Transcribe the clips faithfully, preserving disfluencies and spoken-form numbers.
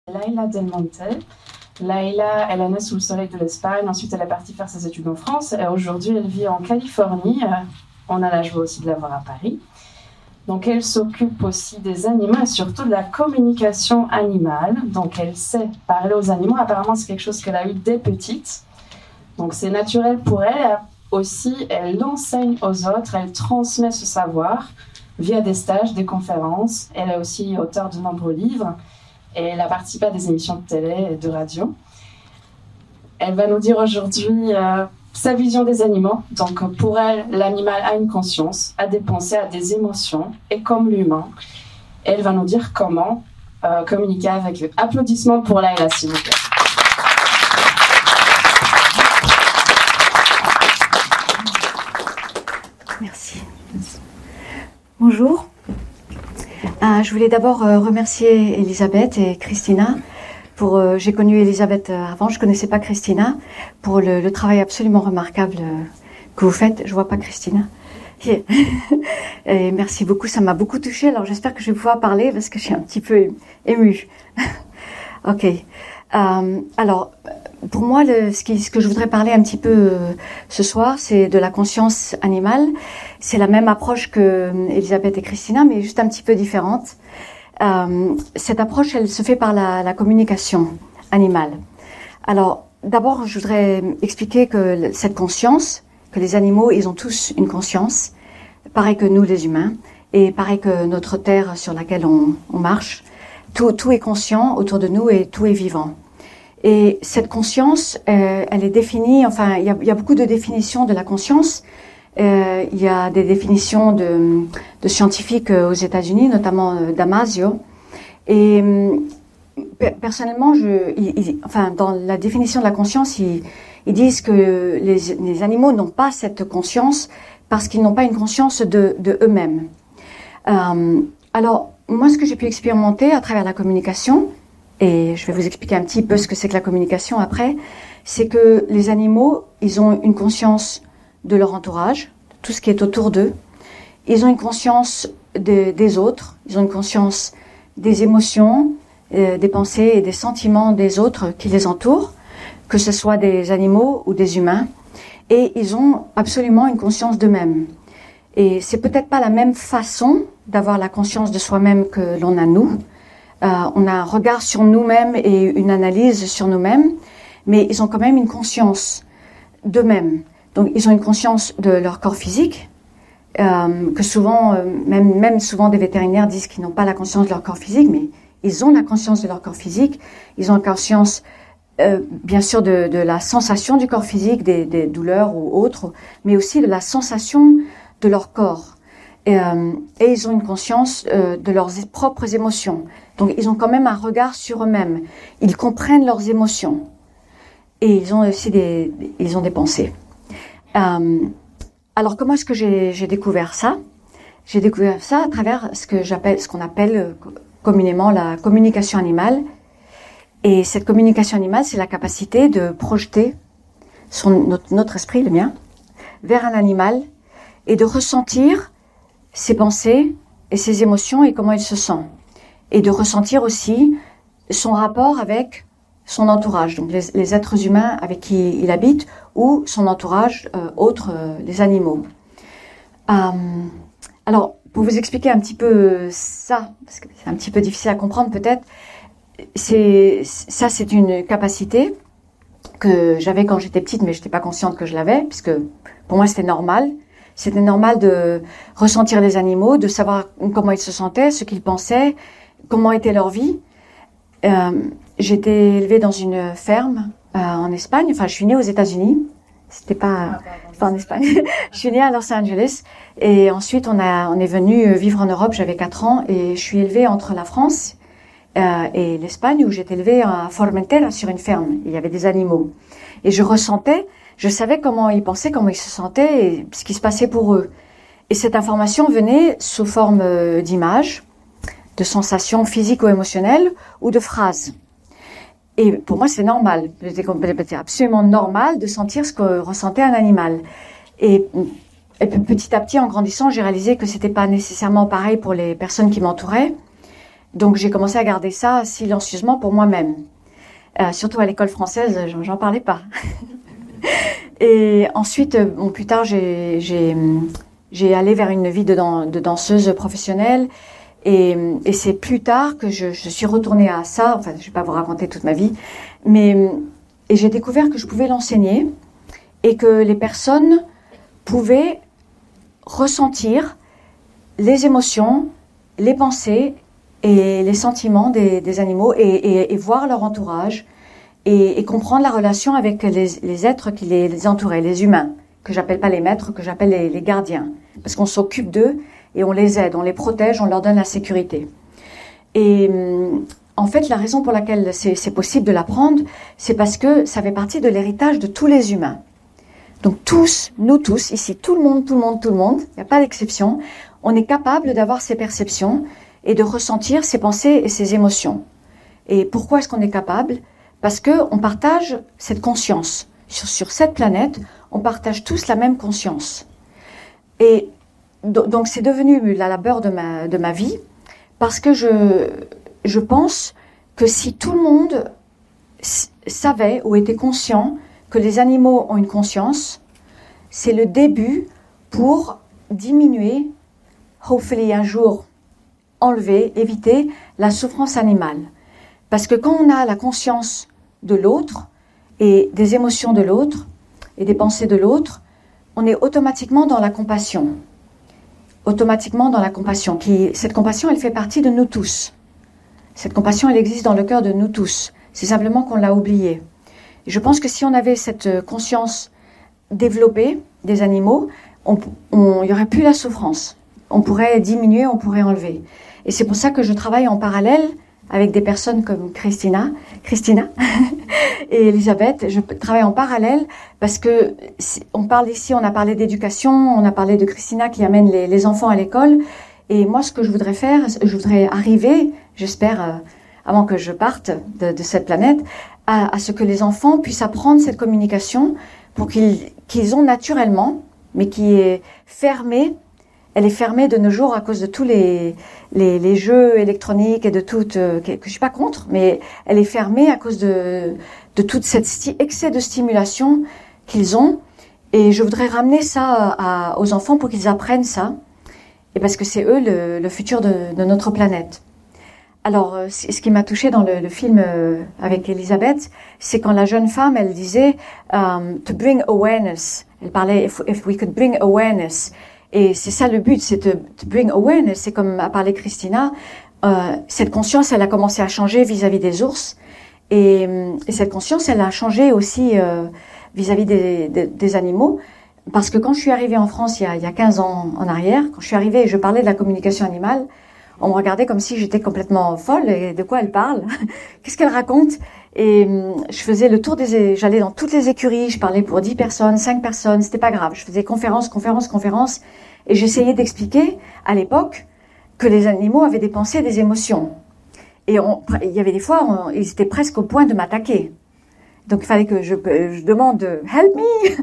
Laila Del Monte. Laila, elle est née sous le soleil de l'Espagne, ensuite elle est partie faire ses études en France et aujourd'hui elle vit en Californie. On a la joie aussi de la voir à Paris. Donc elle s'occupe aussi des animaux et surtout de la communication animale. Donc elle sait parler aux animaux, apparemment c'est quelque chose qu'elle a eu dès petite. Donc c'est naturel pour elle. Et aussi, elle enseigne aux autres, elle transmet ce savoir via des stages, des conférences. Elle est aussi auteure de nombreux livres et elle a participé à des émissions de télé et de radio. Elle va nous dire aujourd'hui euh, sa vision des animaux. Donc pour elle, l'animal a une conscience, a des pensées, a des émotions, et comme l'humain. Elle va nous dire comment euh, communiquer avec eux. Applaudissements pour Laila, s'il vous plaît. Merci. Bonjour. Euh, je voulais d'abord euh, remercier Elisabeth et Christina. Pour, euh, j'ai connu Elisabeth avant, je connaissais pas Christina, pour le, le travail absolument remarquable euh, que vous faites. Je vois pas Christina. Et merci beaucoup, ça m'a beaucoup touchée. Alors j'espère que je vais pouvoir parler parce que je suis un petit peu émue. Ok. Euh, alors, pour moi, le, ce, qui, ce que je voudrais parler un petit peu euh, ce soir, c'est de la conscience animale. C'est la même approche que euh, Elisabeth et Christina, mais juste un petit peu différente. Euh, cette approche, elle se fait par la, la communication animale. Alors, d'abord, je voudrais expliquer que cette conscience, que les animaux, ils ont tous une conscience, pareil que nous, les humains, et pareil que notre terre sur laquelle on, on marche. Tout, tout est conscient autour de nous et tout est vivant. Et cette conscience, euh, elle est définie, enfin, il y a, il y a beaucoup de définitions de la conscience. Euh, il y a des définitions de, de scientifiques aux États-Unis, notamment euh, Damasio. Et euh, personnellement, je, il, il, enfin, dans la définition de la conscience, ils, ils disent que les, les animaux n'ont pas cette conscience parce qu'ils n'ont pas une conscience de, de eux-mêmes. Euh, alors, moi, ce que j'ai pu expérimenter à travers la communication, et je vais vous expliquer un petit peu ce que c'est que la communication après, c'est que les animaux, ils ont une conscience de leur entourage, de tout ce qui est autour d'eux. Ils ont une conscience de, des autres, ils ont une conscience des émotions, euh, des pensées et des sentiments des autres qui les entourent, que ce soit des animaux ou des humains. Et ils ont absolument une conscience d'eux-mêmes. Et c'est peut-être pas la même façon d'avoir la conscience de soi-même que l'on a nous. Euh, on a un regard sur nous-mêmes et une analyse sur nous-mêmes, mais ils ont quand même une conscience d'eux-mêmes. Donc ils ont une conscience de leur corps physique, euh, que souvent, euh, même, même souvent des vétérinaires disent qu'ils n'ont pas la conscience de leur corps physique, mais ils ont la conscience de leur corps physique, ils ont la conscience euh, bien sûr de, de la sensation du corps physique, des, des douleurs ou autres, mais aussi de la sensation de leur corps. Et, euh, et ils ont une conscience euh, de leurs propres émotions. Donc ils ont quand même un regard sur eux-mêmes. Ils comprennent leurs émotions. Et ils ont aussi des, ils ont des pensées. Euh, alors comment est-ce que j'ai, j'ai découvert ça? J'ai découvert ça à travers ce que j'appelle, ce qu'on appelle communément la communication animale. Et cette communication animale, c'est la capacité de projeter son, notre, notre esprit, le mien, vers un animal et de ressentir ses pensées et ses émotions et comment il se sent. Et de ressentir aussi son rapport avec son entourage, donc les, les êtres humains avec qui il habite ou son entourage euh, autre, euh, les animaux. Euh, alors, pour vous expliquer un petit peu ça, parce que c'est un petit peu difficile à comprendre peut-être, c'est, ça c'est une capacité que j'avais quand j'étais petite, mais je n'étais pas consciente que je l'avais, puisque pour moi c'était normal. C'était normal de ressentir les animaux, de savoir comment ils se sentaient, ce qu'ils pensaient, comment était leur vie. Euh, j'étais élevée dans une ferme euh, en Espagne. Enfin, je suis née aux États-Unis. C'était pas, pas en Espagne. Je suis née à Los Angeles et ensuite on a, on est venu vivre en Europe. J'avais quatre ans et je suis élevée entre la France euh, et l'Espagne où j'étais élevée à Formentera sur une ferme. Il y avait des animaux et je ressentais. Je savais comment ils pensaient, comment ils se sentaient et ce qui se passait pour eux. Et cette information venait sous forme d'images, de sensations physiques ou émotionnelles ou de phrases. Et pour moi, c'est normal. C'était absolument normal de sentir ce que ressentait un animal. Et, et petit à petit, en grandissant, j'ai réalisé que c'était pas nécessairement pareil pour les personnes qui m'entouraient. Donc j'ai commencé à garder ça silencieusement pour moi-même. Euh, surtout à l'école française, j'en, j'en parlais pas. Et ensuite, bon, plus tard, j'ai, j'ai, j'ai allé vers une vie de, dan- de danseuse professionnelle. Et, et c'est plus tard que je, je suis retournée à ça. Enfin, je vais pas vous raconter toute ma vie, mais et j'ai découvert que je pouvais l'enseigner et que les personnes pouvaient ressentir les émotions, les pensées et les sentiments des, des animaux et, et, et voir leur entourage et, et comprendre la relation avec les, les êtres qui les, les entouraient, les humains, que j'appelle pas les maîtres, que j'appelle les, les gardiens, parce qu'on s'occupe d'eux et on les aide, on les protège, on leur donne la sécurité. Et en fait, la raison pour laquelle c'est, c'est possible de l'apprendre, c'est parce que ça fait partie de l'héritage de tous les humains. Donc tous, nous tous, ici, tout le monde, tout le monde, tout le monde, il n'y a pas d'exception, on est capable d'avoir ces perceptions et de ressentir ses pensées et ses émotions. Et pourquoi est-ce qu'on est capable ? Parce qu'on partage cette conscience. Sur, sur cette planète, on partage tous la même conscience. Et donc c'est devenu la labeur de ma, de ma vie, parce que je, je pense que si tout le monde savait ou était conscient que les animaux ont une conscience, c'est le début pour diminuer, hopefully un jour, enlever, éviter la souffrance animale. Parce que quand on a la conscience de l'autre et des émotions de l'autre et des pensées de l'autre, on est automatiquement dans la compassion. Automatiquement dans la compassion. Qui, cette compassion, elle fait partie de nous tous. Cette compassion, elle existe dans le cœur de nous tous. C'est simplement qu'on l'a oubliée. Et je pense que si on avait cette conscience développée des animaux, on, on, il n'y aurait plus la souffrance. On pourrait diminuer, on pourrait enlever. Et c'est pour ça que je travaille en parallèle avec des personnes comme Christina, Christina et Elisabeth. Je travaille en parallèle parce que on parle ici, on a parlé d'éducation, on a parlé de Christina qui amène les, les enfants à l'école. Et moi, ce que je voudrais faire, je voudrais arriver, j'espère, euh, avant que je parte de, de cette planète, à, à ce que les enfants puissent apprendre cette communication pour qu'ils, qu'ils ont naturellement, mais qui est fermée. Elle est fermée de nos jours à cause de tous les, les, les jeux électroniques et de tout, euh, que, que je suis pas contre, mais elle est fermée à cause de, de tout cet sti- excès de stimulation qu'ils ont. Et je voudrais ramener ça à, aux enfants pour qu'ils apprennent ça. Et parce que c'est eux le, le futur de, de notre planète. Alors, ce qui m'a touchée dans le, le film avec Elisabeth, c'est quand la jeune femme, elle disait um, to bring awareness. Elle parlait if, if we could bring awareness. Et c'est ça le but, c'est to, to bring awareness. C'est comme a parlé Christina. Euh, cette conscience, elle a commencé à changer vis-à-vis des ours. Et, et cette conscience, elle a changé aussi euh, vis-à-vis des, des, des animaux. Parce que quand je suis arrivée en France il y a, il y a quinze ans en arrière, quand je suis arrivée et je parlais de la communication animale, on me regardait comme si j'étais complètement folle. Et de quoi elle parle? Qu'est-ce qu'elle raconte? Et je faisais le tour des... J'allais dans toutes les écuries, je parlais pour dix personnes, cinq personnes, c'était pas grave. Je faisais conférence, conférence, conférence. Et j'essayais d'expliquer, à l'époque, que les animaux avaient des pensées et des émotions. Et on, il y avait des fois, on, ils étaient presque au point de m'attaquer. Donc il fallait que je, je demande « help me »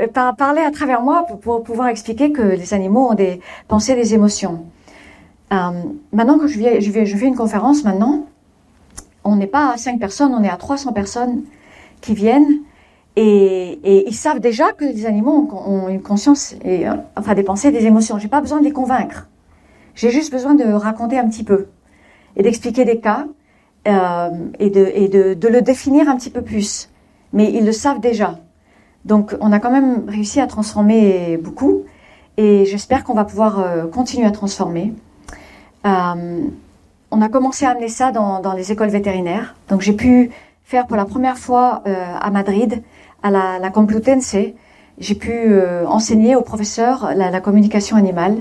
par parler à travers moi pour, pour pouvoir expliquer que les animaux ont des pensées, des émotions. Euh, maintenant que je, viens, je, vais, je fais une conférence maintenant, on n'est pas à cinq personnes, on est à trois cents personnes qui viennent et, et ils savent déjà que les animaux ont, ont une conscience, et, enfin des pensées, des émotions. J'ai pas besoin de les convaincre. J'ai juste besoin de raconter un petit peu et d'expliquer des cas euh, et, de, et de, de le définir un petit peu plus. Mais ils le savent déjà. Donc, on a quand même réussi à transformer beaucoup. Et j'espère qu'on va pouvoir euh, continuer à transformer. Euh, on a commencé à amener ça dans, dans les écoles vétérinaires. Donc, j'ai pu faire pour la première fois euh, à Madrid, à la, la Complutense, j'ai pu euh, enseigner aux professeurs la, la communication animale.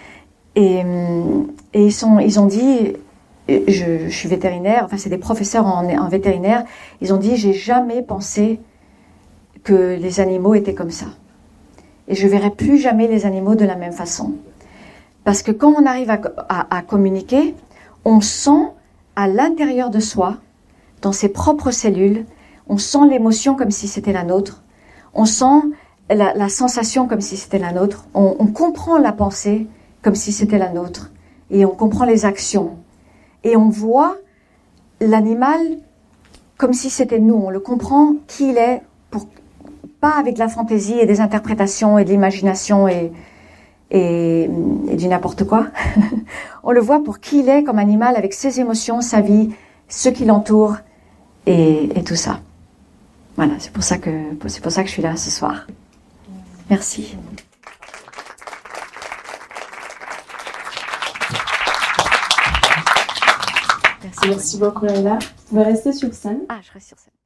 Et, et ils, sont, ils ont dit... Je, je suis vétérinaire, enfin c'est des professeurs en, en vétérinaire, ils ont dit j'ai jamais pensé que les animaux étaient comme ça. Et je verrai plus jamais les animaux de la même façon. Parce que quand on arrive à, à, à communiquer, on sent à l'intérieur de soi, dans ses propres cellules, on sent l'émotion comme si c'était la nôtre, on sent la, la sensation comme si c'était la nôtre, on, on comprend la pensée comme si c'était la nôtre, et on comprend les actions. et on voit l'animal comme si c'était nous. On le comprend qui il est, pour, pas avec de la fantaisie et des interprétations et de l'imagination et, et, et du n'importe quoi. On le voit pour qui il est comme animal, avec ses émotions, sa vie, ce qui l'entoure et, et tout ça. Voilà, c'est pour ça que c'est pour ça que je suis là ce soir. Merci. Merci, Merci beaucoup, Laila. Tu vas rester sur scène. Ah, je reste sur scène.